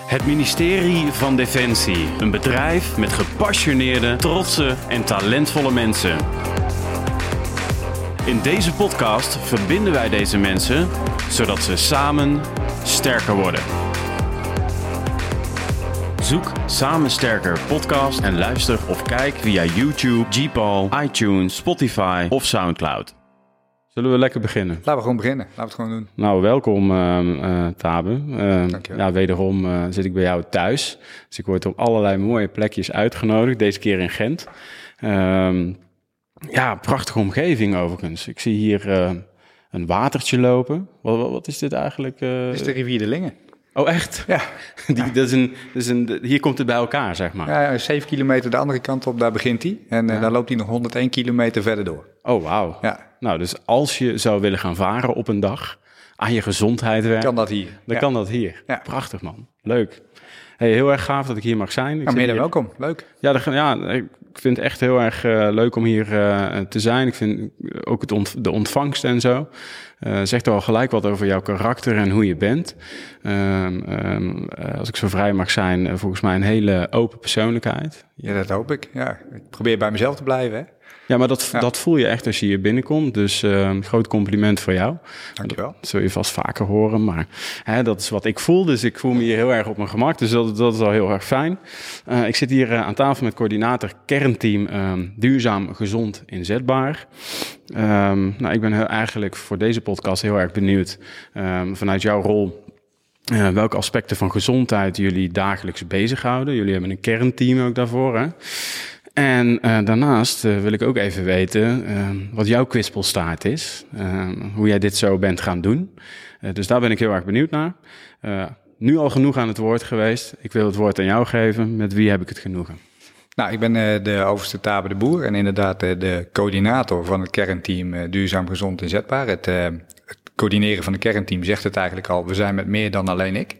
Het ministerie van Defensie. Een bedrijf met gepassioneerde, trotse en talentvolle mensen. In deze podcast verbinden wij deze mensen, zodat ze samen sterker worden. Zoek Samen Sterker podcast en luister of kijk via YouTube, Gpal, iTunes, Spotify of Soundcloud. Zullen we lekker beginnen? Laten we gewoon beginnen. Laten we het gewoon doen. Nou, welkom Tabe. Dankjewel. Ja, wederom zit ik bij jou thuis. Dus ik word op allerlei mooie plekjes uitgenodigd. Deze keer in Gent. Ja, prachtige omgeving overigens. Ik zie hier een watertje lopen. Wat is dit eigenlijk? Dit is de rivier de Lingen. Oh, echt? Ja. Hier komt het bij elkaar, zeg maar. Ja, 7 kilometer de andere kant op, daar begint hij. En daar loopt hij nog 101 kilometer verder door. Oh, wauw. Ja. Nou, dus als je zou willen gaan varen op een dag, aan je gezondheid werken, Kan dat hier. dan kan dat hier. Ja. Prachtig, man. Leuk. Hey, heel erg gaaf dat ik hier mag zijn. Nou, meer dan welkom. Leuk. Ja, ik vind het echt heel erg leuk om hier te zijn. Ik vind ook de ontvangst en zo. Zegt al gelijk wat over jouw karakter en hoe je bent. Als ik zo vrij mag zijn, volgens mij een hele open persoonlijkheid. Ja, dat hoop ik. Ja, ik probeer bij mezelf te blijven, hè. Ja, maar dat voel je echt als je hier binnenkomt. Dus groot compliment voor jou. Dankjewel. Dat zul je vast vaker horen, maar dat is wat ik voel. Dus ik voel me hier heel erg op mijn gemak. Dus dat is al heel erg fijn. Ik zit hier aan tafel met coördinator kernteam Duurzaam, Gezond, Inzetbaar. Nou, ik ben eigenlijk voor deze podcast heel erg benieuwd vanuit jouw rol. Welke aspecten van gezondheid jullie dagelijks bezighouden. Jullie hebben een kernteam ook daarvoor, hè? En daarnaast wil ik ook even weten wat jouw kwispelstaart is. Hoe jij dit zo bent gaan doen. Dus daar ben ik heel erg benieuwd naar. Nu al genoeg aan het woord geweest. Ik wil het woord aan jou geven. Met wie heb ik het genoegen? Nou, ik ben de overste Tabe de Boer en inderdaad de coördinator van het kernteam Duurzaam, Gezond, Inzetbaar. Het coördineren van het kernteam zegt het eigenlijk al. We zijn met meer dan alleen ik.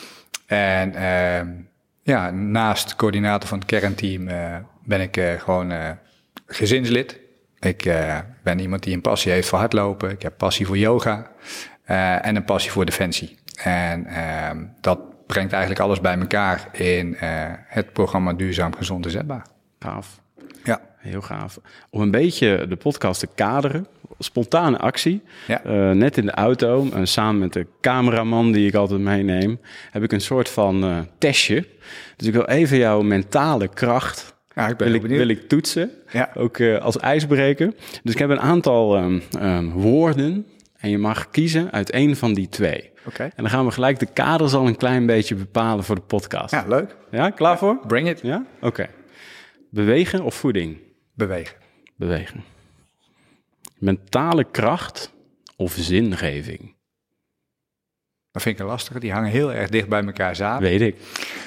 En naast coördinator van het kernteam ben ik gewoon gezinslid. Ik ben iemand die een passie heeft voor hardlopen. Ik heb passie voor yoga en een passie voor defensie. En dat brengt eigenlijk alles bij elkaar in het programma Duurzaam, Gezond, Inzetbaar. Gaaf. Ja. Heel gaaf. Om een beetje de podcast te kaderen. Spontane actie. Ja. Net in de auto, samen met de cameraman die ik altijd meeneem, heb ik een soort van testje. Dus ik wil even jouw mentale kracht Ja, ik ben wil ik toetsen. Ja. Ook als ijsbreker. Dus ik heb een aantal woorden en je mag kiezen uit één van die twee. Oké. En dan gaan we gelijk de kaders al een klein beetje bepalen voor de podcast. Ja, leuk. Ja, klaar voor? Bring it. Ja? Oké. Bewegen of voeding? Bewegen. Bewegen. Mentale kracht of zingeving? Dat vind ik een lastige. Die hangen heel erg dicht bij elkaar samen. Weet ik.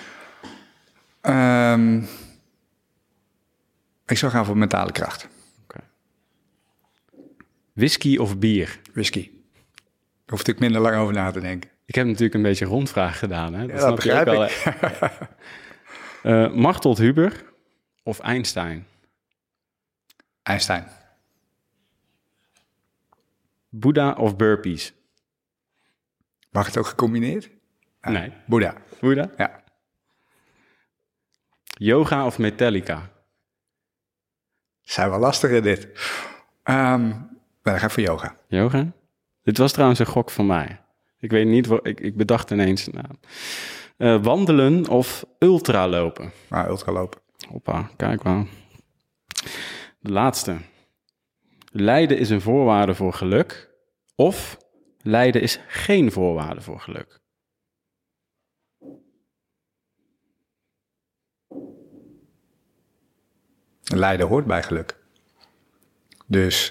Ik zou gaan voor mentale kracht. Okay. Whisky of bier? Whisky. Daar hoef ik minder lang over na te denken. Ik heb natuurlijk een beetje rondvraag gedaan. Hè? Dat begrijp ik. Machteld Huber of Einstein? Einstein. Boeddha of burpees? Mag het ook gecombineerd? Nee. Boeddha. Boeddha? Ja. Yoga of Metallica? Zijn wel lastiger dit. Dan ga ik voor yoga. Yoga? Dit was trouwens een gok van mij. Ik weet niet, ik bedacht ineens. Wandelen of ultralopen? Ultralopen. Hoppa, kijk wel. De laatste. Lijden is een voorwaarde voor geluk. Of lijden is geen voorwaarde voor geluk. Lijden hoort bij geluk. Dus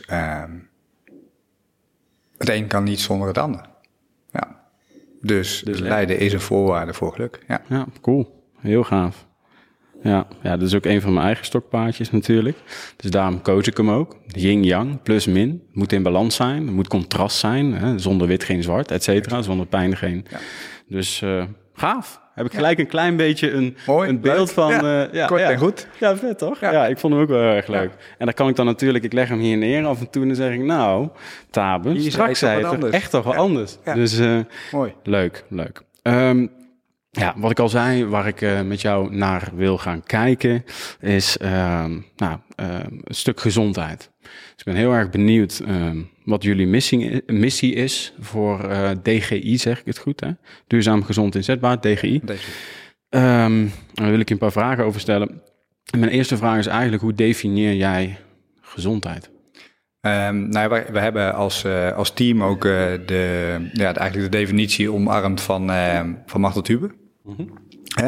het een kan niet zonder het ander. Ja. Dus lijden is een voorwaarde voor geluk. Ja, Ja, cool. Heel gaaf. Ja, dat is ook een van mijn eigen stokpaardjes natuurlijk. Dus daarom coach ik hem ook. Yin-yang, plus-min. Het moet in balans zijn. Er moet contrast zijn. Hè? Zonder wit geen zwart, et cetera. Zonder pijn geen... Ja. Dus gaaf. Heb ik gelijk een klein beetje een beeld van... kort en goed. Ja, vet toch? Ja, ik vond hem ook wel heel erg leuk. Ja. En dan kan ik dan natuurlijk... Ik leg hem hier neer af en toe en dan zeg ik... Nou, Tabe, straks zei het echt toch wel anders. Ja. Dus mooi. Leuk. Ja, wat ik al zei, waar ik met jou naar wil gaan kijken, is een stuk gezondheid. Dus ik ben heel erg benieuwd wat jullie missie is voor DGI, zeg ik het goed, hè? Duurzaam Gezond Inzetbaar, DGI. Daar wil ik je een paar vragen over stellen. En mijn eerste vraag is eigenlijk, hoe definieer jij gezondheid? We hebben als team ook eigenlijk de definitie omarmd van Machtel Huber. Mm-hmm.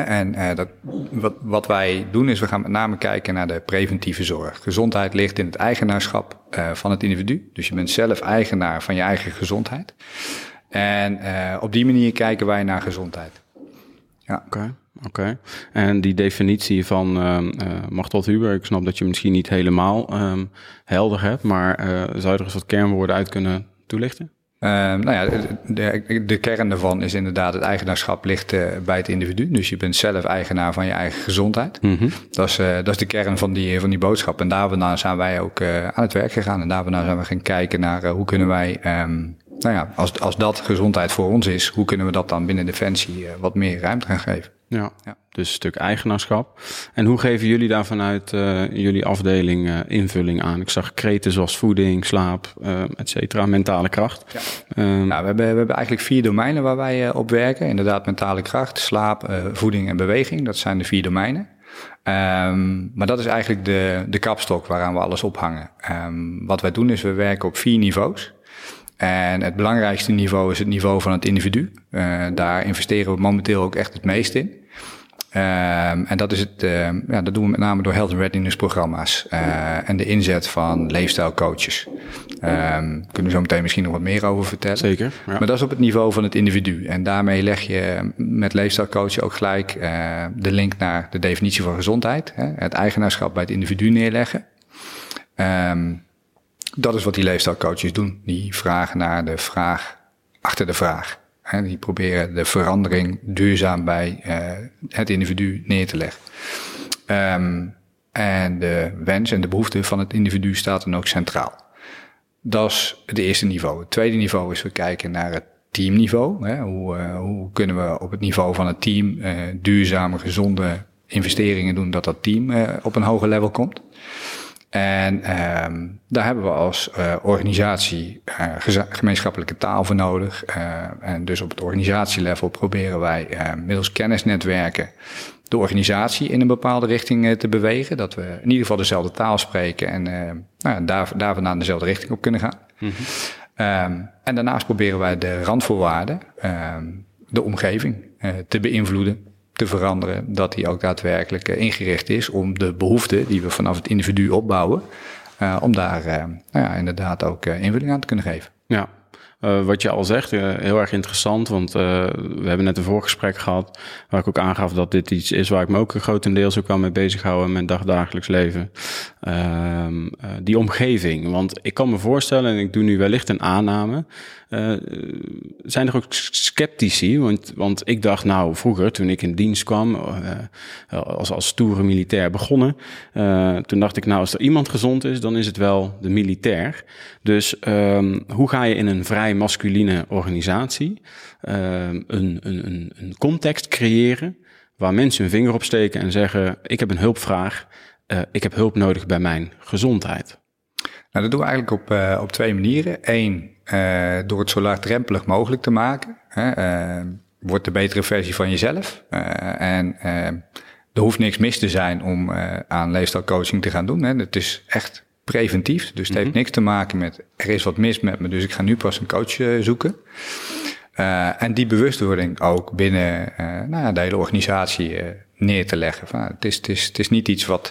Wat wij doen is, we gaan met name kijken naar de preventieve zorg. Gezondheid ligt in het eigenaarschap van het individu. Dus je bent zelf eigenaar van je eigen gezondheid. En op die manier kijken wij naar gezondheid. Ja. Oké. En die definitie van Machtel Huber, ik snap dat je misschien niet helemaal helder hebt, maar zou je er eens wat kernwoorden uit kunnen toelichten? De kern daarvan is inderdaad het eigenaarschap ligt bij het individu. Dus je bent zelf eigenaar van je eigen gezondheid. Mm-hmm. Dat is de kern van die boodschap. En daarna zijn wij ook aan het werk gegaan. En daarna zijn we gaan kijken naar hoe kunnen wij, als dat gezondheid voor ons is, hoe kunnen we dat dan binnen Defensie wat meer ruimte gaan geven? Ja, dus een stuk eigenaarschap. En hoe geven jullie daar vanuit jullie afdeling invulling aan? Ik zag kreten zoals voeding, slaap, et cetera, mentale kracht. Ja. We hebben eigenlijk 4 domeinen waar wij op werken. Inderdaad, mentale kracht, slaap, voeding en beweging. Dat zijn de 4 domeinen. Maar dat is eigenlijk de kapstok waaraan we alles ophangen. Wat wij doen is, we werken op 4 niveaus. En het belangrijkste niveau is het niveau van het individu. Daar investeren we momenteel ook echt het meest in. En dat is dat doen we met name door health readiness programma's en de inzet van leefstijlcoaches. Kunnen we zo meteen misschien nog wat meer over vertellen. Zeker. Ja. Maar dat is op het niveau van het individu. En daarmee leg je met leefstijlcoachen ook gelijk de link naar de definitie van gezondheid. Het eigenaarschap bij het individu neerleggen. Dat is wat die leefstijlcoaches doen. Die vragen naar de vraag achter de vraag. Die proberen de verandering duurzaam bij het individu neer te leggen. En de wens en de behoefte van het individu staat dan ook centraal. Dat is het eerste niveau. Het tweede niveau is we kijken naar het teamniveau. Hoe kunnen we op het niveau van het team duurzame, gezonde investeringen doen dat team op een hoger level komt. En daar hebben we als organisatie gemeenschappelijke taal voor nodig. En dus op het organisatielevel proberen wij middels kennisnetwerken de organisatie in een bepaalde richting te bewegen. Dat we in ieder geval dezelfde taal spreken en daar vandaan dezelfde richting op kunnen gaan. Mm-hmm. En daarnaast proberen wij de randvoorwaarden, de omgeving te beïnvloeden, te veranderen, dat die ook daadwerkelijk ingericht is om de behoeften die we vanaf het individu opbouwen, om daar inderdaad ook invulling aan te kunnen geven. Ja, wat je al zegt, heel erg interessant, want we hebben net een voorgesprek gehad waar ik ook aangaf dat dit iets is waar ik me ook grotendeels ook wel mee bezighoud in mijn dagdagelijks leven. Die omgeving, want ik kan me voorstellen, en ik doe nu wellicht een aanname, zijn er ook sceptici, want ik dacht vroeger toen ik in dienst kwam, als stoere militair begonnen, toen dacht ik als er iemand gezond is, dan is het wel de militair. Dus hoe ga je in een vrij masculine organisatie een context creëren waar mensen hun vinger op steken en zeggen, ik heb een hulpvraag, ik heb hulp nodig bij mijn gezondheid? Nou, dat doen we eigenlijk op 2 manieren. 1, door het zo laagdrempelig mogelijk te maken. Wordt de betere versie van jezelf. Er hoeft niks mis te zijn om aan leefstijlcoaching te gaan doen. Het is echt preventief, dus het heeft niks te maken met er is wat mis met me, dus ik ga nu pas een coach zoeken. En die bewustwording ook binnen de hele organisatie neer te leggen. Het is niet iets wat...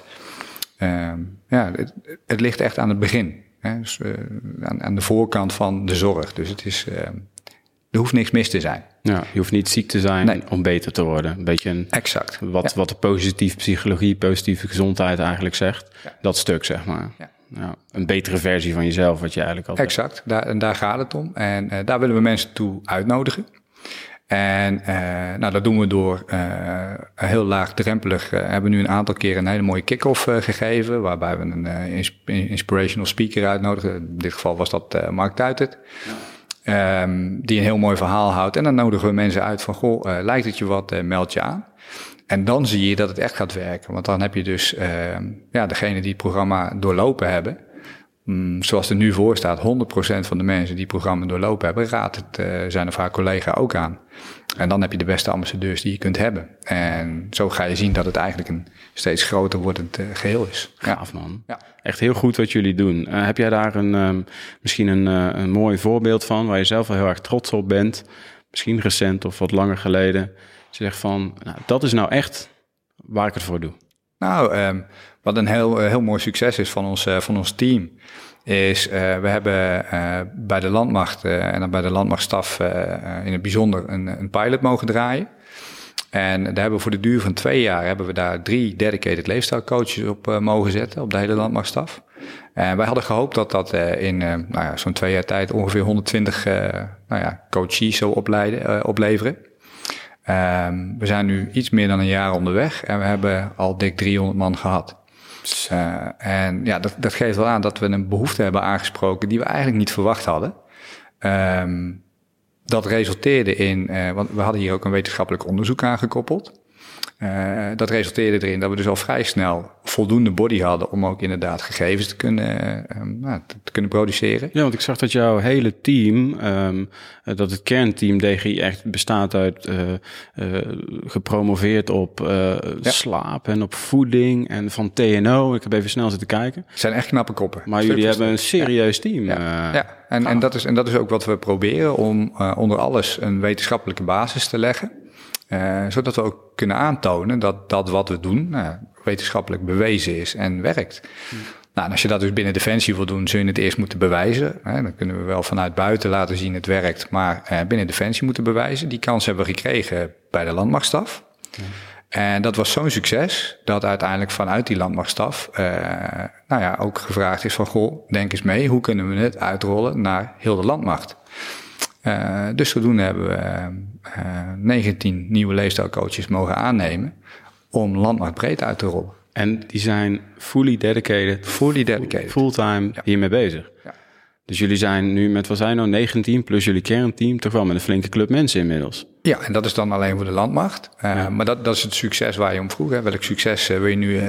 het ligt echt aan het begin. Dus, aan de voorkant van de zorg. Dus het is... Er hoeft niks mis te zijn. Ja, je hoeft niet ziek te zijn om beter te worden. Een beetje exact. Wat de positieve psychologie, positieve gezondheid eigenlijk zegt. Ja. Dat stuk, zeg maar. Ja. Ja, een betere versie van jezelf, wat je eigenlijk altijd... Exact, daar gaat het om. En daar willen we mensen toe uitnodigen. En dat doen we door heel laagdrempelig... hebben we nu een aantal keer een hele mooie kick-off gegeven... waarbij we een inspirational speaker uitnodigen. In dit geval was dat Mark Tuitert. Ja. die een heel mooi verhaal houdt. En dan nodigen we mensen uit van, goh, lijkt het je wat, meld je aan. En dan zie je dat het echt gaat werken. Want dan heb je dus degene die het programma doorlopen hebben. Zoals er nu voor staat, 100% van de mensen die het programma doorlopen hebben, raadt het zijn of haar collega ook aan. En dan heb je de beste ambassadeurs die je kunt hebben. En zo ga je zien dat het eigenlijk een steeds groter wordend geheel is. Gaaf, man. Ja. Echt heel goed wat jullie doen. Heb jij daar misschien een mooi voorbeeld van, waar je zelf wel heel erg trots op bent? Misschien recent of wat langer geleden. Je zegt van, nou, dat is nou echt waar ik het voor doe. Nou, wat een heel mooi succes is van ons team, is we hebben bij de landmacht en dan bij de landmachtstaf in het bijzonder een pilot mogen draaien. En daar hebben we voor de duur van 2 jaar hebben we daar 3 dedicated leefstijlcoaches op mogen zetten op de hele landmachtstaf. En wij hadden gehoopt dat dat in zo'n 2 jaar tijd ongeveer 120 coaches zou opleveren. We zijn nu iets meer dan een jaar onderweg en we hebben al dik 300 man gehad. En ja, dat geeft wel aan dat we een behoefte hebben aangesproken die we eigenlijk niet verwacht hadden. Dat resulteerde in, want we hadden hier ook een wetenschappelijk onderzoek aan gekoppeld. Dat resulteerde erin dat we dus al vrij snel voldoende body hadden om ook inderdaad gegevens te kunnen produceren. Ja, want ik zag dat jouw hele team, dat het kernteam DGI echt bestaat uit gepromoveerd op slaap en op voeding en van TNO. Ik heb even snel zitten kijken. Het zijn echt knappe koppen. Maar jullie hebben een serieus team. En dat is ook wat we proberen om onder alles een wetenschappelijke basis te leggen. Zodat we ook kunnen aantonen dat wat we doen wetenschappelijk bewezen is en werkt. Nou, en als je dat dus binnen Defensie wil doen, zul je het eerst moeten bewijzen. Dan kunnen we wel vanuit buiten laten zien het werkt, maar binnen Defensie moeten bewijzen. Die kans hebben we gekregen bij de landmachtstaf. En dat was zo'n succes dat uiteindelijk vanuit die landmachtstaf ook gevraagd is van, goh, denk eens mee, hoe kunnen we het uitrollen naar heel de landmacht? Dus zodoende hebben we 19 nieuwe leefstijlcoaches mogen aannemen om landmachtbreed uit te rollen. En die zijn fully dedicated. Fulltime hiermee bezig. Ja. Dus jullie zijn nu met, wat zijn nou, 19 plus jullie kernteam, toch wel met een flinke club mensen inmiddels. Ja, en dat is dan alleen voor de landmacht. Maar dat is het succes waar je om vroeg. Hè. Welk succes wil je nu,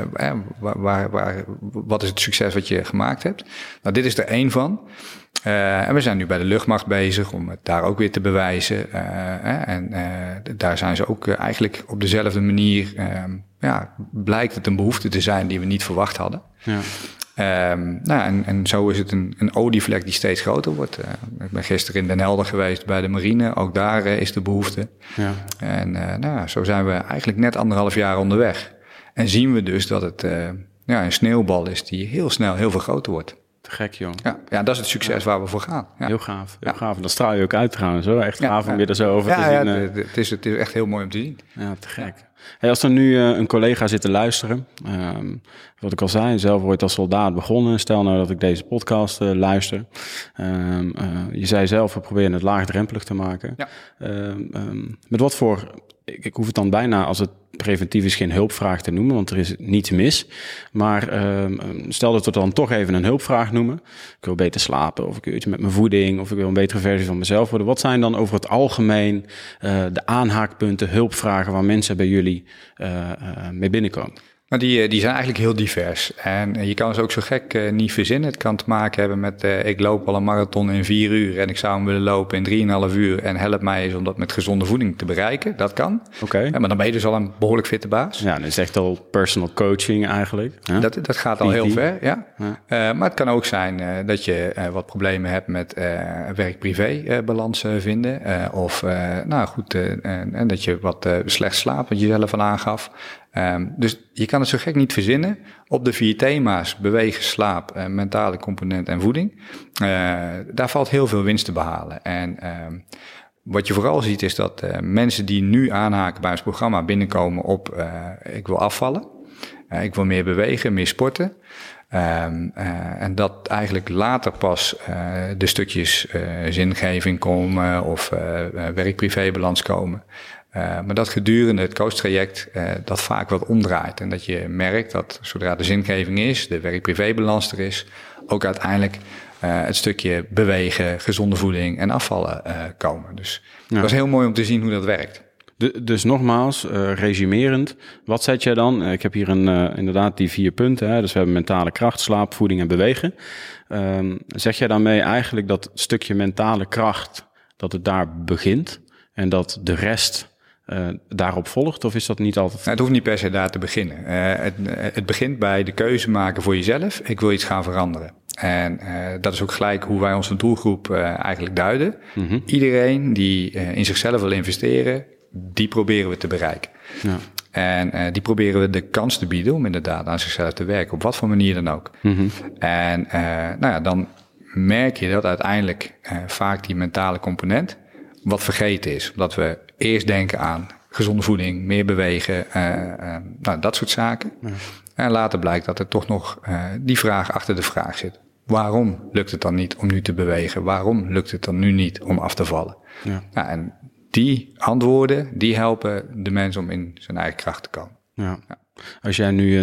wat is het succes wat je gemaakt hebt? Nou, dit is er één van. En we zijn nu bij de luchtmacht bezig om het daar ook weer te bewijzen. Daar zijn ze ook eigenlijk op dezelfde manier, blijkt het een behoefte te zijn die we niet verwacht hadden. Ja. En zo is het een olievlek die steeds groter wordt. Ik ben gisteren in Den Helder geweest bij de marine. Ook daar is de behoefte. Ja. En zo zijn we eigenlijk net 1,5 jaar onderweg. En zien we dus dat het een sneeuwbal is die heel snel heel veel groter wordt. Te gek, joh. Ja, dat is het succes waar we voor gaan. Ja. Heel gaaf. En dat straal je ook uit trouwens. Hoor. Echt gaaf om je er zo over te zien. Het is echt heel mooi om te zien. Ja, te gek. Hey, als er nu een collega zit te luisteren, wat ik al zei, zelf ooit als soldaat begonnen. Stel nou dat ik deze podcast luister. Je zei zelf, we proberen het laagdrempelig te maken. Ja. Met wat voor, ik hoef het dan bijna, als het preventief is, geen hulpvraag te noemen, want er is niets mis. Maar stel dat we dan toch even een hulpvraag noemen. Ik wil beter slapen, of ik wil iets met mijn voeding, of ik wil een betere versie van mezelf worden. Wat zijn dan over het algemeen de aanhaakpunten, hulpvragen waar mensen bij jullie mee binnenkomen? Maar die zijn eigenlijk heel divers. En je kan ze ook zo gek niet verzinnen. Het kan te maken hebben met ik loop al een marathon in 4 uur en ik zou hem willen lopen in 3,5 uur en help mij eens om dat met gezonde voeding te bereiken. Dat kan. Okay. Maar dan ben je dus al een behoorlijk fitte baas. Ja, dat is echt al personal coaching eigenlijk. Hè? Dat gaat al heel ver, ja. Maar het kan ook zijn dat je wat problemen hebt met werk-privé balans vinden. En dat je wat slecht slaapt, wat je zelf al aangaf. Dus je kan het zo gek niet verzinnen. Op de 4 thema's, bewegen, slaap, mentale component en voeding. Daar valt heel veel winst te behalen. En wat je vooral ziet is dat mensen die nu aanhaken bij ons programma binnenkomen op ik wil afvallen. Ik wil meer bewegen, meer sporten. En dat eigenlijk later pas de stukjes zingeving komen of werk-privé-balans komen. Maar dat gedurende het coachtraject dat vaak wat omdraait. En dat je merkt dat zodra de zingeving is, de werk-privé-balans er is, ook uiteindelijk het stukje bewegen, gezonde voeding en afvallen komen. Dus het was heel mooi om te zien hoe dat werkt. Dus nogmaals, resumerend, wat zet jij dan? Ik heb hier inderdaad die 4 punten. Hè? Dus we hebben mentale kracht, slaap, voeding en bewegen. Zeg jij daarmee eigenlijk dat stukje mentale kracht, dat het daar begint en dat de rest daarop volgt? Of is dat niet altijd? Het hoeft niet per se daar te beginnen. Het begint bij de keuze maken voor jezelf. Ik wil iets gaan veranderen. En dat is ook gelijk hoe wij onze doelgroep eigenlijk duiden. Mm-hmm. Iedereen die in zichzelf wil investeren, die proberen we te bereiken. Ja. En die proberen we de kans te bieden om inderdaad aan zichzelf te werken. Op wat voor manier dan ook. Mm-hmm. En dan merk je dat uiteindelijk vaak die mentale component wat vergeten is. Omdat we eerst denken aan gezonde voeding, meer bewegen, dat soort zaken. Ja. En later blijkt dat er toch nog die vraag achter de vraag zit. Waarom lukt het dan niet om nu te bewegen? Waarom lukt het dan nu niet om af te vallen? Ja. En die antwoorden, die helpen de mens om in zijn eigen kracht te komen. Ja. Ja. Als jij nu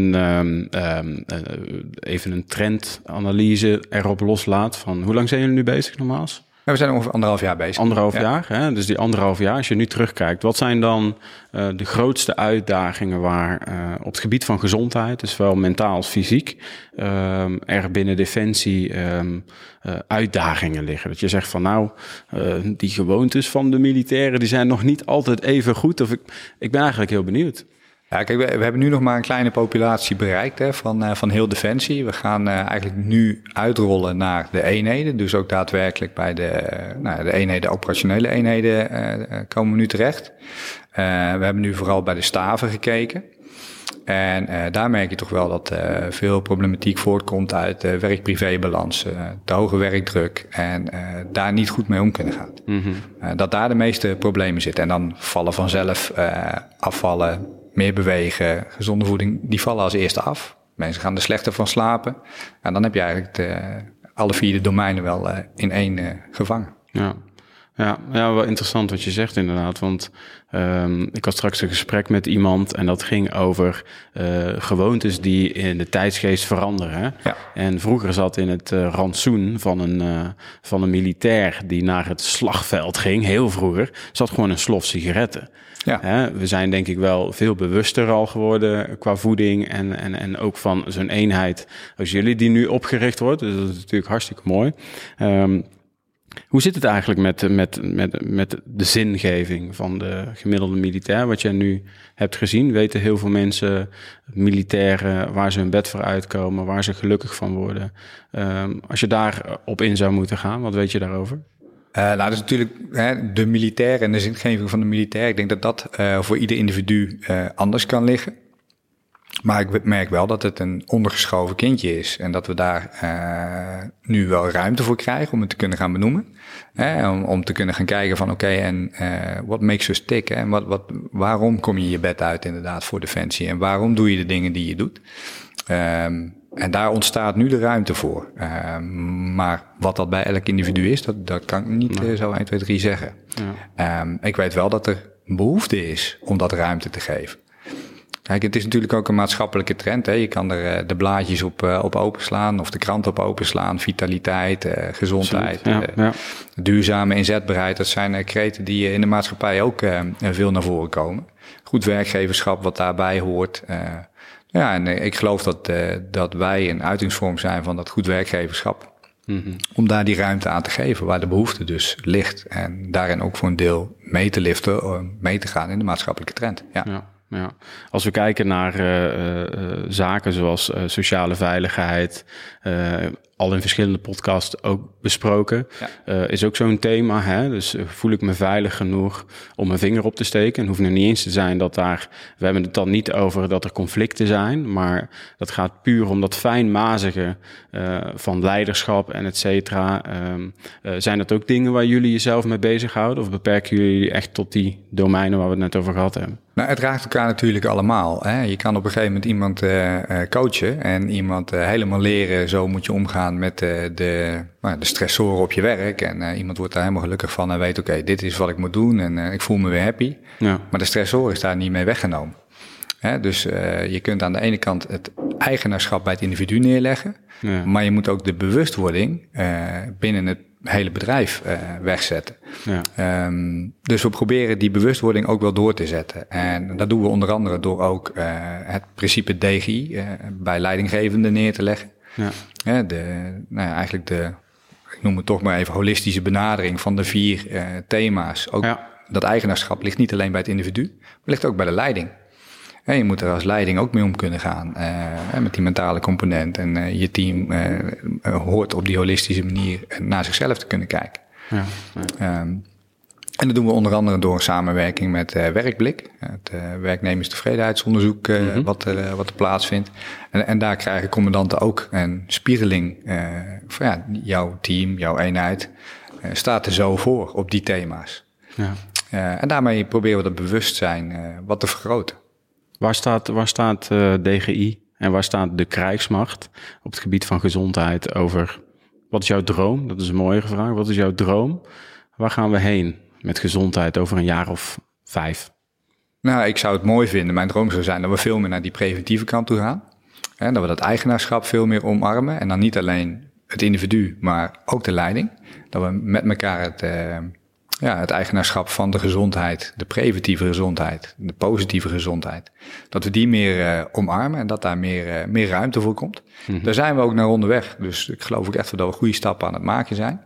even een trendanalyse erop loslaat van hoe lang zijn jullie nu bezig nogmaals? We zijn ongeveer 1,5 jaar bezig. 1,5 jaar, hè? Dus die 1,5 jaar, als je nu terugkijkt, wat zijn dan de grootste uitdagingen waar op het gebied van gezondheid, dus zowel mentaal als fysiek, er binnen Defensie uitdagingen liggen? Dat je zegt van die gewoontes van de militairen, die zijn nog niet altijd even goed. Of ik ben eigenlijk heel benieuwd. Ja, kijk, we hebben nu nog maar een kleine populatie bereikt van heel Defensie. We gaan eigenlijk nu uitrollen naar de eenheden. Dus ook daadwerkelijk bij de eenheden, operationele eenheden komen we nu terecht. We hebben nu vooral bij de staven gekeken. En daar merk je toch wel dat veel problematiek voortkomt uit werk-privé-balans, te hoge werkdruk en daar niet goed mee om kunnen gaan. Mm-hmm. Dat daar de meeste problemen zitten. En dan vallen vanzelf afvallen, meer bewegen, gezonde voeding, die vallen als eerste af. Mensen gaan er slechter van slapen. En dan heb je eigenlijk alle 4 de domeinen wel in één gevangen. Ja, wel interessant wat je zegt inderdaad. Want ik had straks een gesprek met iemand en dat ging over gewoontes die in de tijdsgeest veranderen. Hè? Ja. En vroeger zat in het rantsoen van een militair die naar het slagveld ging, heel vroeger, zat gewoon een slof sigaretten. Ja. We zijn denk ik wel veel bewuster al geworden qua voeding en ook van zo'n eenheid als jullie die nu opgericht wordt. Dus dat is natuurlijk hartstikke mooi. Hoe zit het eigenlijk met de zingeving van de gemiddelde militair? Wat jij nu hebt gezien, weten heel veel mensen, militairen, waar ze hun bed voor uitkomen, waar ze gelukkig van worden. Als je daar op in zou moeten gaan, wat weet je daarover? Dat is natuurlijk de militair en de zingeving van de militair. Ik denk dat voor ieder individu anders kan liggen. Maar ik merk wel dat het een ondergeschoven kindje is. En dat we daar nu wel ruimte voor krijgen om het te kunnen gaan benoemen. Om te kunnen gaan kijken van what makes us tick? En waarom kom je je bed uit inderdaad voor Defensie? En waarom doe je de dingen die je doet? En daar ontstaat nu de ruimte voor. Maar wat dat bij elk individu is, dat kan ik niet zo 1, 2, 3 zeggen. Ja. Ik weet wel dat er behoefte is om dat ruimte te geven. Kijk, het is natuurlijk ook een maatschappelijke trend. Hè. Je kan er de blaadjes op openslaan of de krant op openslaan. Vitaliteit, gezondheid, duurzame inzetbaarheid. Dat zijn kreten die in de maatschappij ook veel naar voren komen. Goed werkgeverschap wat daarbij hoort. En ik geloof dat wij een uitingsvorm zijn van dat goed werkgeverschap. Mm-hmm. Om daar die ruimte aan te geven waar de behoefte dus ligt. En daarin ook voor een deel mee te liften, mee te gaan in de maatschappelijke trend. Ja. Als we kijken naar zaken zoals sociale veiligheid, al in verschillende podcasts ook besproken, is ook zo'n thema. Hè? Dus voel ik me veilig genoeg om mijn vinger op te steken? Het hoeft nu niet eens te zijn we hebben het dan niet over dat er conflicten zijn, maar dat gaat puur om dat fijnmazige van leiderschap en et cetera. Zijn dat ook dingen waar jullie jezelf mee bezighouden? Of beperken jullie echt tot die domeinen waar we het net over gehad hebben? Nou, het raakt elkaar natuurlijk allemaal. Hè? Je kan op een gegeven moment iemand coachen en iemand helemaal leren, zo moet je omgaan met de stressoren op je werk. En iemand wordt daar helemaal gelukkig van en weet, dit is wat ik moet doen en ik voel me weer happy. Ja. Maar de stressor is daar niet mee weggenomen. Dus je kunt aan de ene kant het eigenaarschap bij het individu neerleggen. Ja. Maar je moet ook de bewustwording binnen het hele bedrijf wegzetten. Ja. Dus we proberen die bewustwording ook wel door te zetten. En dat doen we onder andere door ook het principe DGI bij leidinggevenden neer te leggen. Ja. Eigenlijk ik noem het toch maar even, holistische benadering van de 4 thema's. Ook dat eigenaarschap ligt niet alleen bij het individu, maar ligt ook bij de leiding. En je moet er als leiding ook mee om kunnen gaan, met die mentale component. En je team hoort op die holistische manier naar zichzelf te kunnen kijken. Ja, ja. En dat doen we onder andere door samenwerking met Werkblik, het werknemerstevredenheidsonderzoek wat er plaatsvindt. En daar krijgen commandanten ook een spiegeling van jouw team, jouw eenheid staat er zo voor op die thema's. Ja. En daarmee proberen we dat bewustzijn wat te vergroten. Waar staat DGI en waar staat de krijgsmacht op het gebied van gezondheid over? Wat is jouw droom? Dat is een mooie vraag. Wat is jouw droom? Waar gaan we heen met gezondheid over een jaar of 5? Nou, ik zou het mooi vinden. Mijn droom zou zijn dat we veel meer naar die preventieve kant toe gaan. En dat we dat eigenaarschap veel meer omarmen. En dan niet alleen het individu, maar ook de leiding. Dat we met elkaar het eigenaarschap van de gezondheid, de preventieve gezondheid, de positieve gezondheid, dat we die meer omarmen en dat daar meer ruimte voor komt. Mm-hmm. Daar zijn we ook naar onderweg. Dus ik geloof ook echt dat we goede stappen aan het maken zijn.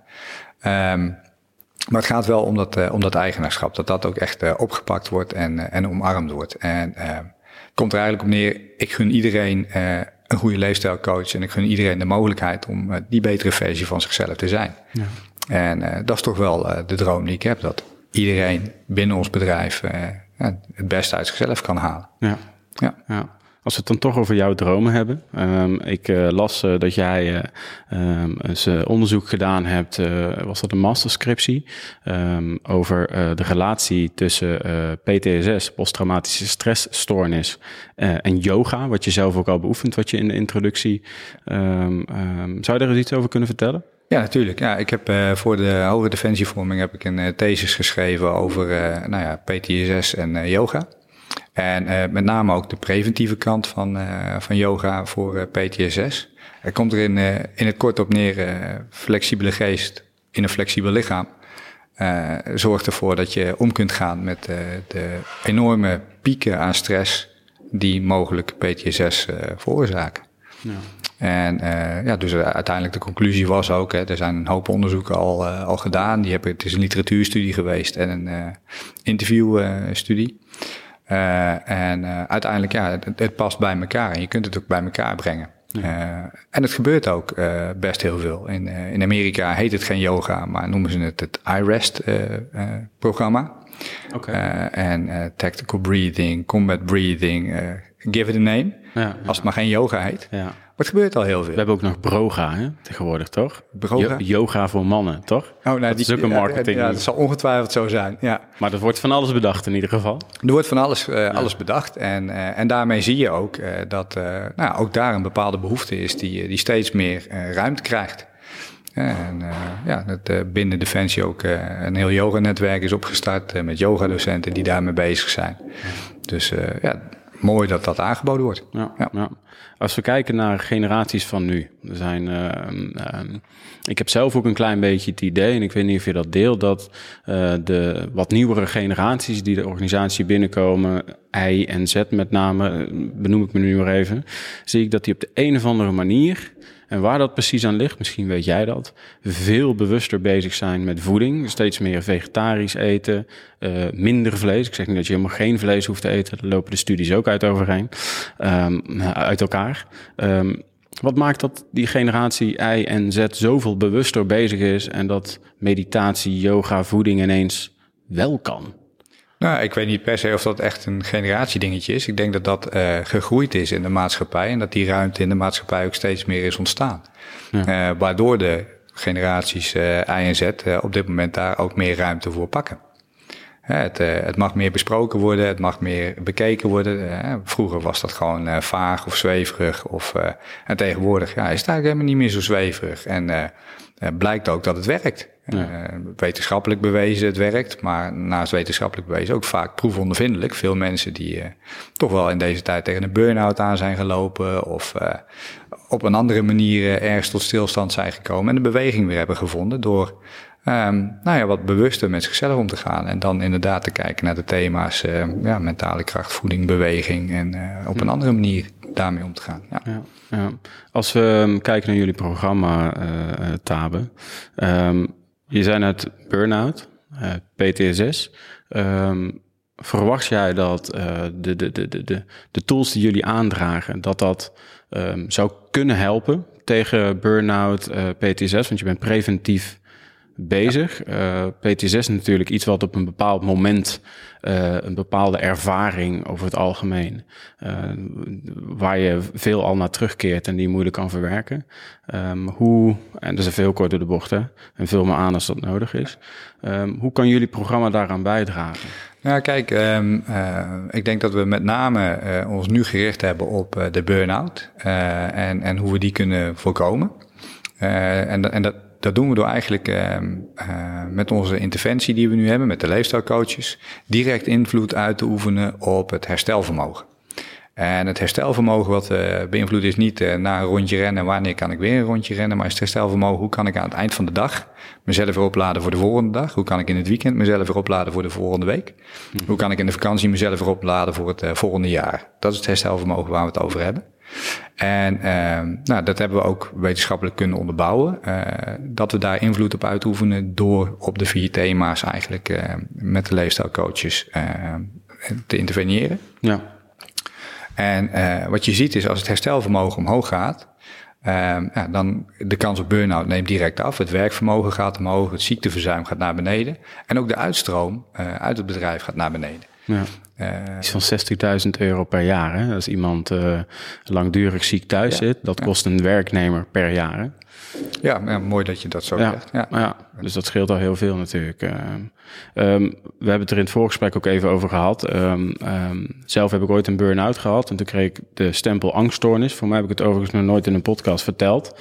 Maar het gaat wel om dat eigenaarschap, dat ook echt opgepakt wordt en omarmd wordt. En het komt er eigenlijk op neer, ik gun iedereen een goede leefstijlcoach en ik gun iedereen de mogelijkheid om die betere versie van zichzelf te zijn. Ja. En dat is toch wel de droom die ik heb, dat iedereen binnen ons bedrijf het beste uit zichzelf kan halen. Ja. Als we het dan toch over jouw dromen hebben. Ik las dat jij eens onderzoek gedaan hebt, was dat een masterscriptie, over de relatie tussen PTSS, posttraumatische stressstoornis, en yoga, wat je zelf ook al beoefent, wat je in de introductie. Zou je daar eens iets over kunnen vertellen? Ja, natuurlijk. Ja, ik heb voor de Hoge Defensievorming heb ik een thesis geschreven over PTSS en yoga. En met name ook de preventieve kant van yoga voor PTSS. Er komt er in het kort op neer, flexibele geest in een flexibel lichaam. Zorgt ervoor dat je om kunt gaan met de enorme pieken aan stress die mogelijk PTSS veroorzaken. Ja. En dus uiteindelijk de conclusie was ook, er zijn een hoop onderzoeken al gedaan. Het is een literatuurstudie geweest en een interviewstudie. Uiteindelijk, het past bij elkaar en je kunt het ook bij elkaar brengen. Ja. En het gebeurt ook best heel veel. In Amerika heet het geen yoga, maar noemen ze het iRest-programma. En tactical breathing, combat breathing, give it a name. Ja. Als het maar geen yoga heet. Ja. Maar het gebeurt al heel veel. We hebben ook nog broga tegenwoordig, toch? Broga? Yoga voor mannen, toch? Dat is ook een marketing. Ja, dat zal ongetwijfeld zo zijn, ja. Maar er wordt van alles bedacht in ieder geval. Er wordt van alles bedacht. En daarmee zie je ook dat ook daar een bepaalde behoefte is die steeds meer ruimte krijgt. Binnen Defensie ook een heel yoga-netwerk is opgestart met yogadocenten die daarmee bezig zijn. Dus mooi dat dat aangeboden wordt. Ja. Als we kijken naar generaties van nu. Er zijn, ik heb zelf ook een klein beetje het idee, en ik weet niet of je dat deelt, dat de wat nieuwere generaties die de organisatie binnenkomen, I en Z met name, benoem ik me nu maar even, zie ik dat die op de een of andere manier, en waar dat precies aan ligt, misschien weet jij dat, veel bewuster bezig zijn met voeding. Steeds meer vegetarisch eten, minder vlees. Ik zeg niet dat je helemaal geen vlees hoeft te eten. Daar lopen de studies ook uit elkaar. Wat maakt dat die generatie I en Z zoveel bewuster bezig is en dat meditatie, yoga, voeding ineens wel kan? Nou, ik weet niet per se of dat echt een generatiedingetje is. Ik denk dat dat gegroeid is in de maatschappij en dat die ruimte in de maatschappij ook steeds meer is ontstaan. Ja. Waardoor de generaties I en Z op dit moment daar ook meer ruimte voor pakken. Het mag meer besproken worden, het mag meer bekeken worden. Vroeger was dat gewoon vaag of zweverig. En tegenwoordig is het eigenlijk helemaal niet meer zo zweverig. En blijkt ook dat het werkt. Wetenschappelijk bewezen het werkt, maar naast wetenschappelijk bewezen ook vaak proefondervindelijk. Veel mensen die toch wel in deze tijd tegen een burn-out aan zijn gelopen of op een andere manier ergens tot stilstand zijn gekomen en de beweging weer hebben gevonden door wat bewuster met zichzelf om te gaan. En dan inderdaad te kijken naar de thema's mentale kracht, voeding, beweging en op een andere manier daarmee om te gaan. Ja. Als we kijken naar jullie programma, Tabe. Je zei net burn-out, PTSS. Verwacht jij dat de tools die jullie aandragen, dat zou kunnen helpen tegen burn-out, PTSS? Want je bent preventief bezig. PTSS is natuurlijk iets wat op een bepaald moment een bepaalde ervaring over het algemeen, waar je veel al naar terugkeert en die je moeilijk kan verwerken. En dat is even heel kort door de bocht, hè? En vul me aan als dat nodig is. Hoe kan jullie programma daaraan bijdragen? Nou, kijk, ik denk dat we met name ons nu gericht hebben op de burn-out en hoe we die kunnen voorkomen. Dat doen we door eigenlijk met onze interventie die we nu hebben, met de leefstijlcoaches, direct invloed uit te oefenen op het herstelvermogen. En het herstelvermogen wat beïnvloed is niet na een rondje rennen, wanneer kan ik weer een rondje rennen, maar is het herstelvermogen, hoe kan ik aan het eind van de dag mezelf weer opladen voor de volgende dag? Hoe kan ik in het weekend mezelf weer opladen voor de volgende week? Hoe kan ik in de vakantie mezelf weer opladen voor het volgende jaar? Dat is het herstelvermogen waar we het over hebben. En dat hebben we ook wetenschappelijk kunnen onderbouwen. Dat we daar invloed op uitoefenen door op de 4 thema's eigenlijk met de leefstijlcoaches te interveneren. Ja. En wat je ziet is als het herstelvermogen omhoog gaat, dan de kans op burn-out neemt direct af. Het werkvermogen gaat omhoog, het ziekteverzuim gaat naar beneden. En ook de uitstroom uit het bedrijf gaat naar beneden. Ja. Iets van €60.000 per jaar. Hè? Als iemand langdurig ziek thuis zit, dat kost een werknemer per jaar. Hè? Ja, mooi dat je dat zo zegt. Ja, dus dat scheelt al heel veel natuurlijk. We hebben het er in het voorgesprek ook even over gehad. Zelf heb ik ooit een burn-out gehad en toen kreeg ik de stempel angststoornis. Voor mij heb ik het overigens nog nooit in een podcast verteld.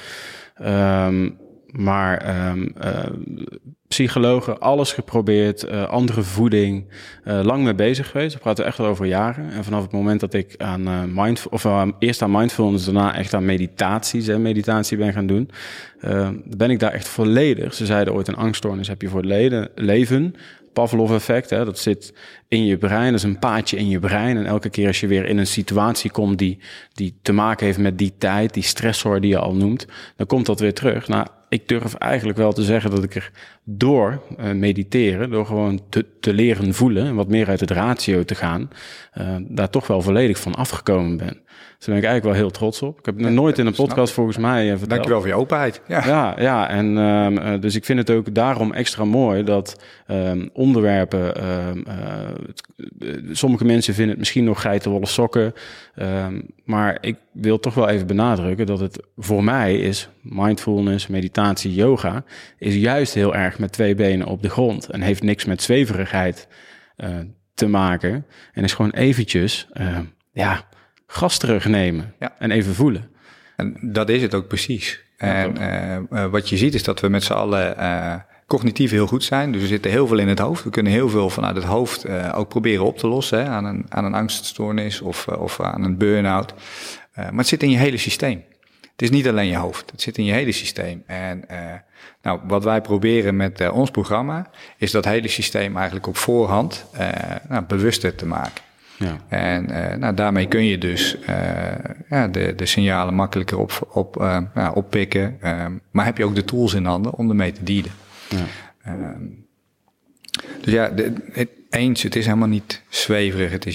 Psychologen, alles geprobeerd, andere voeding, lang mee bezig geweest. We praten echt al over jaren. En vanaf het moment dat ik eerst aan mindfulness, daarna echt aan meditatie ben gaan doen, ben ik daar echt volledig. Ze zeiden ooit, een angststoornis heb je voor het leven. Pavlov-effect, hè, dat zit in je brein, dat is een paadje in je brein. En elke keer als je weer in een situatie komt die te maken heeft met die tijd, die stressor die je al noemt, dan komt dat weer terug. Nou, ik durf eigenlijk wel te zeggen dat ik er door mediteren, door gewoon te leren voelen en wat meer uit het ratio te gaan, daar toch wel volledig van afgekomen ben. Dus daar ben ik eigenlijk wel heel trots op. Ik heb het nog nooit in een podcast volgens mij verteld. Dankjewel voor je openheid. Ja, en dus ik vind het ook daarom extra mooi dat onderwerpen, sommige mensen vinden het misschien nog geitenwolle sokken, maar ik wil toch wel even benadrukken dat het voor mij is mindfulness, meditatie, yoga, is juist heel erg met 2 benen op de grond en heeft niks met zweverigheid te maken en is gewoon eventjes, gas terugnemen en even voelen. En dat is het ook precies. En wat je ziet is dat we met z'n allen cognitief heel goed zijn. Dus we zitten heel veel in het hoofd. We kunnen heel veel vanuit het hoofd ook proberen op te lossen. Hè, aan een angststoornis of aan een burn-out. Maar het zit in je hele systeem. Het is niet alleen je hoofd. Het zit in je hele systeem. En wat wij proberen met ons programma is dat hele systeem eigenlijk op voorhand bewuster te maken. Ja. En daarmee kun je dus de signalen makkelijker oppikken. Maar heb je ook de tools in handen om ermee te dealen. Ja. Dus het is helemaal niet zweverig. Het is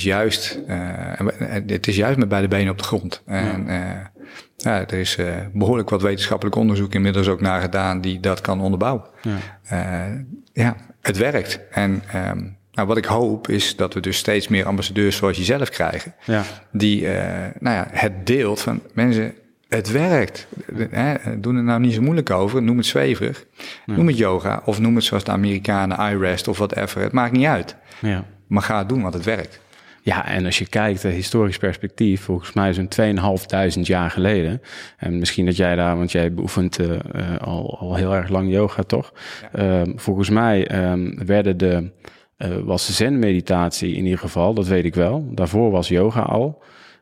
juist met beide benen op de grond. En er is behoorlijk wat wetenschappelijk onderzoek inmiddels ook naar gedaan die dat kan onderbouwen. Ja. Het werkt. En wat ik hoop is dat we dus steeds meer ambassadeurs zoals jezelf krijgen. Ja. Die het deelt van mensen, het werkt. Doe er nou niet zo moeilijk over. Noem het zweverig. Nee. Noem het yoga. Of noem het zoals de Amerikanen iRest of whatever. Het maakt niet uit. Ja. Maar ga het doen, want het werkt. Ja, en als je kijkt, historisch perspectief, volgens mij zo'n 2500 jaar geleden. En misschien dat jij daar, want jij beoefent al heel erg lang yoga, toch? Ja. Volgens mij was de zen-meditatie in ieder geval, dat weet ik wel. Daarvoor was yoga al.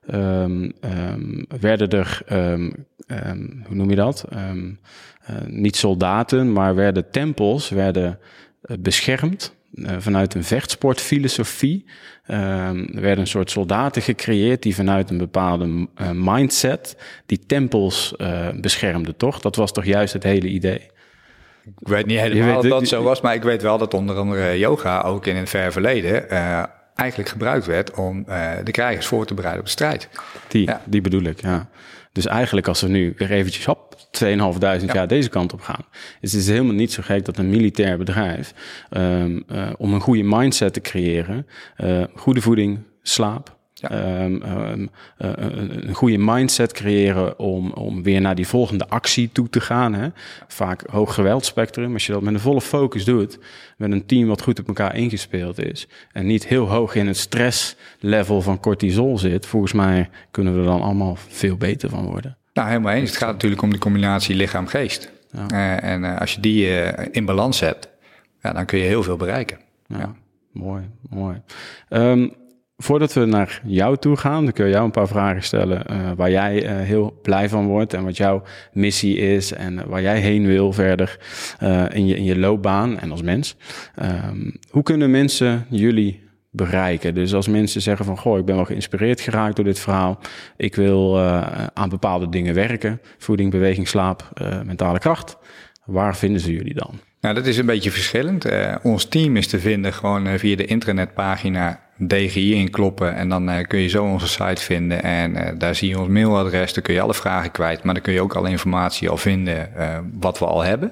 Werden er, hoe noem je dat? Niet soldaten, maar werden tempels beschermd. Vanuit een vechtsportfilosofie er werden een soort soldaten gecreëerd die vanuit een bepaalde mindset die tempels beschermden, toch? Dat was toch juist het hele idee? Ik weet niet helemaal dat dat zo was, maar ik weet wel dat onder andere yoga ook in het ver verleden eigenlijk gebruikt werd om de krijgers voor te bereiden op de strijd. Die bedoel ik, ja. Dus eigenlijk als we nu weer eventjes 2.500 jaar deze kant op gaan. Dus het is helemaal niet zo gek dat een militair bedrijf om een goede mindset te creëren, goede voeding, slaap, een goede mindset creëren om weer naar die volgende actie toe te gaan. Hè. Vaak hoog geweldspectrum. Als je dat met een volle focus doet, met een team wat goed op elkaar ingespeeld is en niet heel hoog in het stresslevel van cortisol zit, volgens mij kunnen we er dan allemaal veel beter van worden. Nou, helemaal eens. Het gaat natuurlijk om die combinatie lichaam-geest. Ja. En als je die in balans hebt, dan kun je heel veel bereiken. Ja. Mooi. Voordat we naar jou toe gaan, dan kun je jou een paar vragen stellen waar jij heel blij van wordt en wat jouw missie is en waar jij heen wil verder in je loopbaan en als mens. Hoe kunnen mensen jullie bereiken? Dus als mensen zeggen van, goh, ik ben wel geïnspireerd geraakt door dit verhaal. Ik wil aan bepaalde dingen werken. Voeding, beweging, slaap, mentale kracht. Waar vinden ze jullie dan? Nou, dat is een beetje verschillend. Ons team is te vinden gewoon via de intranetpagina DGI inkloppen en dan kun je zo onze site vinden en daar zie je ons mailadres, daar kun je alle vragen kwijt, maar dan kun je ook alle informatie al vinden wat we al hebben.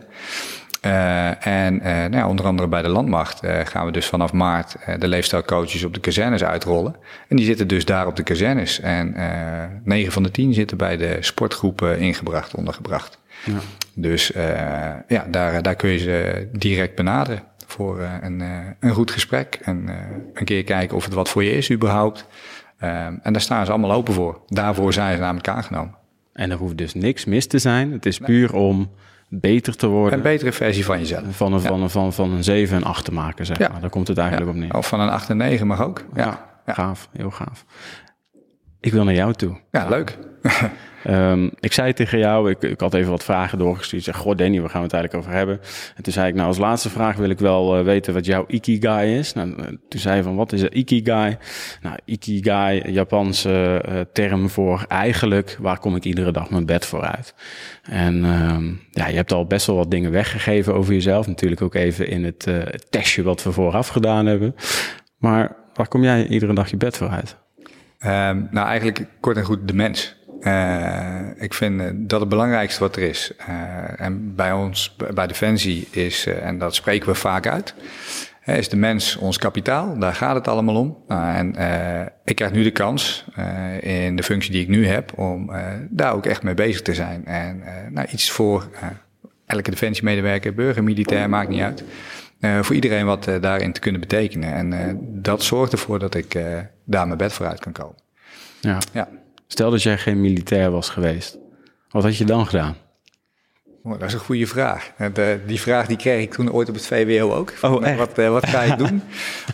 Onder andere bij de Landmacht gaan we dus vanaf maart de leefstijlcoaches op de kazernes uitrollen. En die zitten dus daar op de kazernes. En 9 van de 10 zitten bij de sportgroepen ondergebracht. Ja. Dus daar kun je ze direct benaderen voor een goed gesprek. En een keer kijken of het wat voor je is überhaupt. En daar staan ze allemaal open voor. Daarvoor zijn ze namelijk aangenomen. En er hoeft dus niks mis te zijn. Het is puur om beter te worden. Een betere versie van jezelf. Van een 7 en 8 te maken, zeg maar. Daar komt het eigenlijk op neer. Of van een 8 en 9 mag ook. Ja. Gaaf, heel gaaf. Ik wil naar jou toe. Ja, leuk. Ik zei tegen jou, ik had even wat vragen doorgestuurd. Ik zei, goh Danny, waar gaan we het eigenlijk over hebben? En toen zei ik, nou als laatste vraag wil ik wel weten wat jouw Ikigai is. Nou, toen zei je van, wat is een Ikigai? Nou, Ikigai, Japanse term voor eigenlijk, waar kom ik iedere dag mijn bed voor uit? En je hebt al best wel wat dingen weggegeven over jezelf. Natuurlijk ook even in het testje wat we vooraf gedaan hebben. Maar waar kom jij iedere dag je bed voor uit? Nou, eigenlijk kort en goed de mens. Ik vind dat het belangrijkste wat er is. En bij ons, bij Defensie is, en dat spreken we vaak uit, is de mens ons kapitaal. Daar gaat het allemaal om. Ik krijg nu de kans in de functie die ik nu heb om daar ook echt mee bezig te zijn. En iets voor elke Defensiemedewerker, burger, militair, maakt niet uit. Voor iedereen wat daarin te kunnen betekenen. En dat zorgt ervoor dat ik daar mijn bed vooruit kan komen. Ja. Stel dat jij geen militair was geweest. Wat had je dan gedaan? Oh, dat is een goede vraag. Die vraag die kreeg ik toen ooit op het VWO ook. Echt? Wat ga je doen?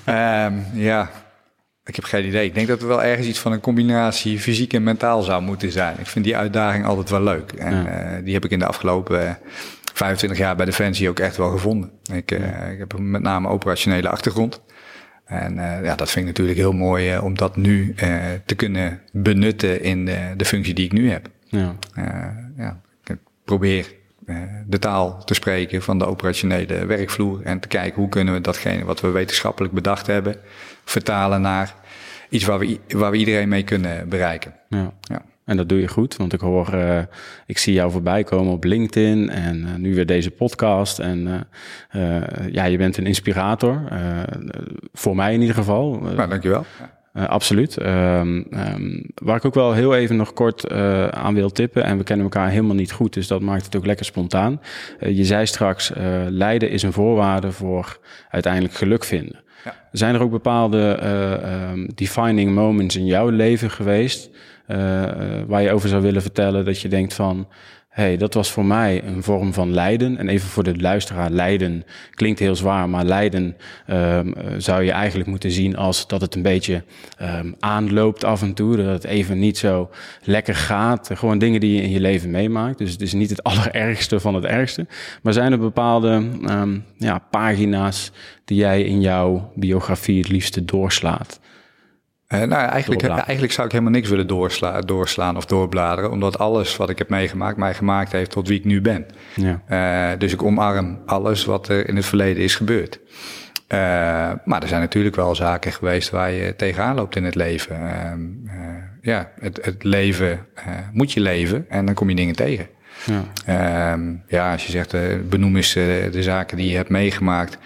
Ik heb geen idee. Ik denk dat er wel ergens iets van een combinatie fysiek en mentaal zou moeten zijn. Ik vind die uitdaging altijd wel leuk. En die heb ik in de afgelopen 25 jaar bij Defensie ook echt wel gevonden. Ik heb met name operationele achtergrond. En dat vind ik natuurlijk heel mooi om dat nu te kunnen benutten in de functie die ik nu heb. Ik probeer de taal te spreken van de operationele werkvloer en te kijken hoe kunnen we datgene wat we wetenschappelijk bedacht hebben vertalen naar iets waar we iedereen mee kunnen bereiken. Ja. En dat doe je goed, want ik zie jou voorbij komen op LinkedIn en nu weer deze podcast. En je bent een inspirator, voor mij in ieder geval. Dankjewel. Absoluut. Waar ik ook wel heel even nog kort aan wil tippen, en we kennen elkaar helemaal niet goed, dus dat maakt het ook lekker spontaan. Je zei straks, lijden is een voorwaarde voor uiteindelijk geluk vinden. Ja. Zijn er ook bepaalde defining moments in jouw leven geweest waar je over zou willen vertellen dat je denkt van, hey, dat was voor mij een vorm van lijden. En even voor de luisteraar, lijden klinkt heel zwaar, maar lijden zou je eigenlijk moeten zien als dat het een beetje aanloopt af en toe. Dat het even niet zo lekker gaat. Gewoon dingen die je in je leven meemaakt. Dus het is niet het allerergste van het ergste. Maar zijn er bepaalde pagina's die jij in jouw biografie het liefste doorslaat? Eigenlijk zou ik helemaal niks willen doorslaan of doorbladeren, omdat alles wat ik heb meegemaakt mij gemaakt heeft tot wie ik nu ben. Ja. Dus ik omarm alles wat er in het verleden is gebeurd. Maar er zijn natuurlijk wel zaken geweest waar je tegenaan loopt in het leven. Het leven moet je leven en dan kom je dingen tegen. Ja. Als je zegt, benoem eens de zaken die je hebt meegemaakt.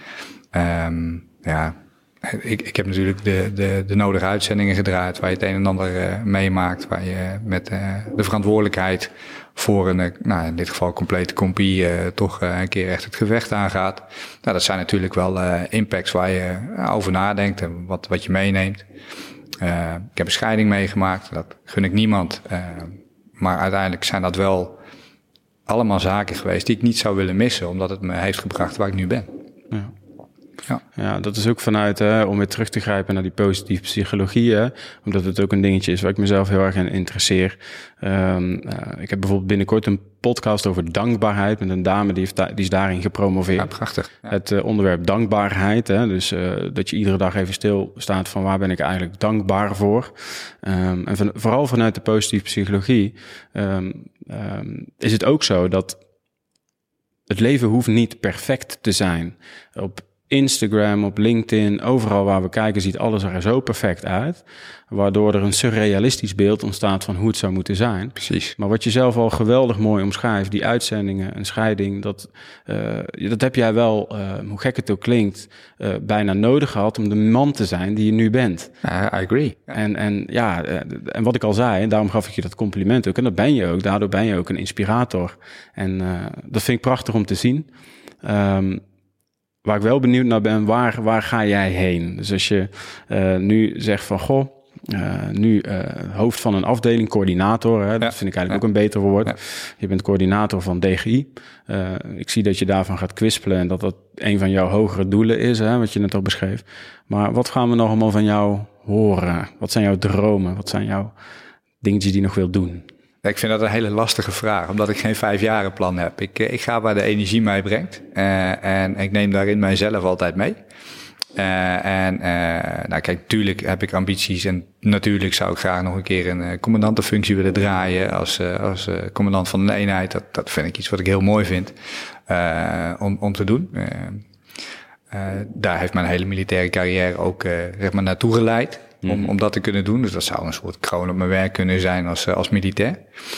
Ik heb natuurlijk de nodige uitzendingen gedraaid waar je het een en ander meemaakt. Waar je met de verantwoordelijkheid voor in dit geval complete compie toch een keer echt het gevecht aangaat. Nou, dat zijn natuurlijk wel impacts waar je over nadenkt en wat je meeneemt. Ik heb een scheiding meegemaakt, dat gun ik niemand. Maar uiteindelijk zijn dat wel allemaal zaken geweest die ik niet zou willen missen, omdat het me heeft gebracht waar ik nu ben. Ja. Ja, dat is ook vanuit, om weer terug te grijpen naar die positieve psychologie, omdat het ook een dingetje is waar ik mezelf heel erg in interesseer. Ik heb bijvoorbeeld binnenkort een podcast over dankbaarheid met een dame die is daarin gepromoveerd. Ja, prachtig. Ja. Het onderwerp dankbaarheid, dus dat je iedere dag even stilstaat van waar ben ik eigenlijk dankbaar voor. En vooral vanuit de positieve psychologie is het ook zo dat het leven hoeft niet perfect te zijn. Op Instagram, op LinkedIn, overal waar we kijken ziet alles er zo perfect uit, waardoor er een surrealistisch beeld ontstaat van hoe het zou moeten zijn. Precies. Maar wat je zelf al geweldig mooi omschrijft, die uitzendingen, een scheiding, dat heb jij wel, hoe gek het ook klinkt, bijna nodig gehad om de man te zijn die je nu bent. I agree. Ja. En wat ik al zei, en daarom gaf ik je dat compliment ook, en dat ben je ook, daardoor ben je ook een inspirator. En dat vind ik prachtig om te zien. Waar ik wel benieuwd naar ben, waar ga jij heen? Dus als je nu zegt van, hoofd van een afdeling, coördinator, dat vind ik eigenlijk ook een beter woord. Ja. Je bent coördinator van DGI. Ik zie dat je daarvan gaat kwispelen en dat een van jouw hogere doelen is, wat je net al beschreef. Maar wat gaan we nog allemaal van jou horen? Wat zijn jouw dromen? Wat zijn jouw dingetjes die je nog wilt doen? Ik vind dat een hele lastige vraag, omdat ik geen 5-jarenplan heb. Ik ga waar de energie mij brengt en ik neem daarin mijzelf altijd mee. Kijk, natuurlijk heb ik ambities en natuurlijk zou ik graag nog een keer een commandantenfunctie willen draaien als commandant van een eenheid. Dat vind ik iets wat ik heel mooi vind om te doen. Daar heeft mijn hele militaire carrière ook naartoe geleid. Om dat te kunnen doen. Dus dat zou een soort kroon op mijn werk kunnen zijn als militair.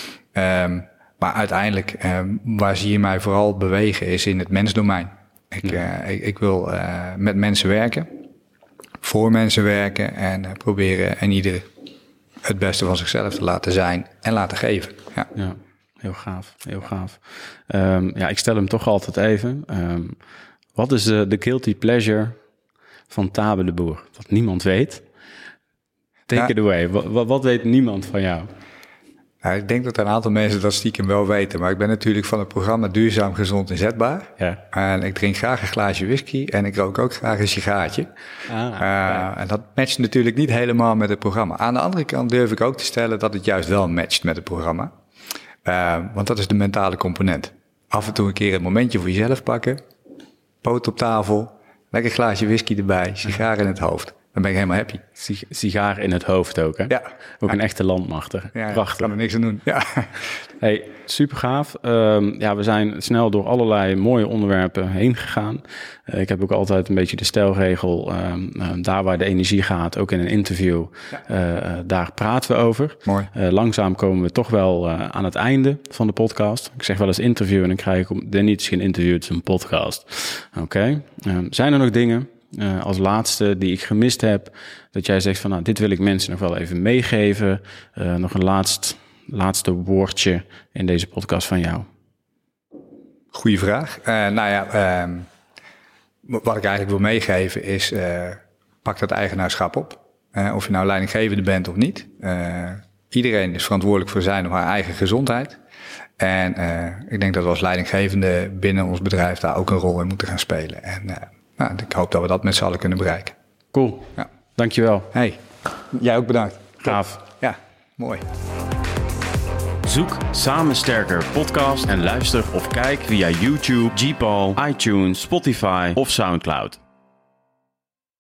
Maar uiteindelijk, waar zie je mij vooral bewegen, is in het mensdomein. Ik wil met mensen werken, voor mensen werken en proberen en ieder het beste van zichzelf te laten zijn en laten geven. Ja. Heel gaaf, heel gaaf. Ik stel hem toch altijd even. Wat is de guilty pleasure van Tabe de Boer? Wat niemand weet. Take it away. Wat weet niemand van jou? Ik denk dat een aantal mensen dat stiekem wel weten. Maar ik ben natuurlijk van het programma Duurzaam, Gezond, Inzetbaar. Ja. En ik drink graag een glaasje whisky en ik rook ook graag een sigaartje. En dat matcht natuurlijk niet helemaal met het programma. Aan de andere kant durf ik ook te stellen dat het juist wel matcht met het programma. Want dat is de mentale component. Af en toe een keer een momentje voor jezelf pakken. Poot op tafel, lekker glaasje whisky erbij, sigaar in het hoofd. Dan ben ik helemaal happy. Sigaar in het hoofd ook, hè? Ja. Ook een echte landmachter. Ja, prachtig. Kan er niks aan doen. Ja. Hey, super gaaf. We zijn snel door allerlei mooie onderwerpen heen gegaan. Ik heb ook altijd een beetje de stelregel, daar waar de energie gaat, ook in een interview, daar praten we over. Mooi. Langzaam komen we toch wel aan het einde van de podcast. Ik zeg wel eens interview en dan krijg ik, niet, het is geen interview, het is een podcast. Oké. Zijn er nog dingen als laatste die ik gemist heb, dat jij zegt van, dit wil ik mensen nog wel even meegeven. Nog een laatste woordje in deze podcast van jou. Goeie vraag. Wat ik eigenlijk wil meegeven is, pak dat eigenaarschap op. Of je nou leidinggevende bent of niet. Iedereen is verantwoordelijk voor zijn of haar eigen gezondheid. En ik denk dat we als leidinggevende binnen ons bedrijf daar ook een rol in moeten gaan spelen. En ik hoop dat we dat met z'n allen kunnen bereiken. Cool, ja. Dankjewel. Hey, jij ook bedankt. Gaaf. Ja, mooi. Zoek Samen Sterker podcast en luister of kijk via YouTube, Gpal, iTunes, Spotify of Soundcloud.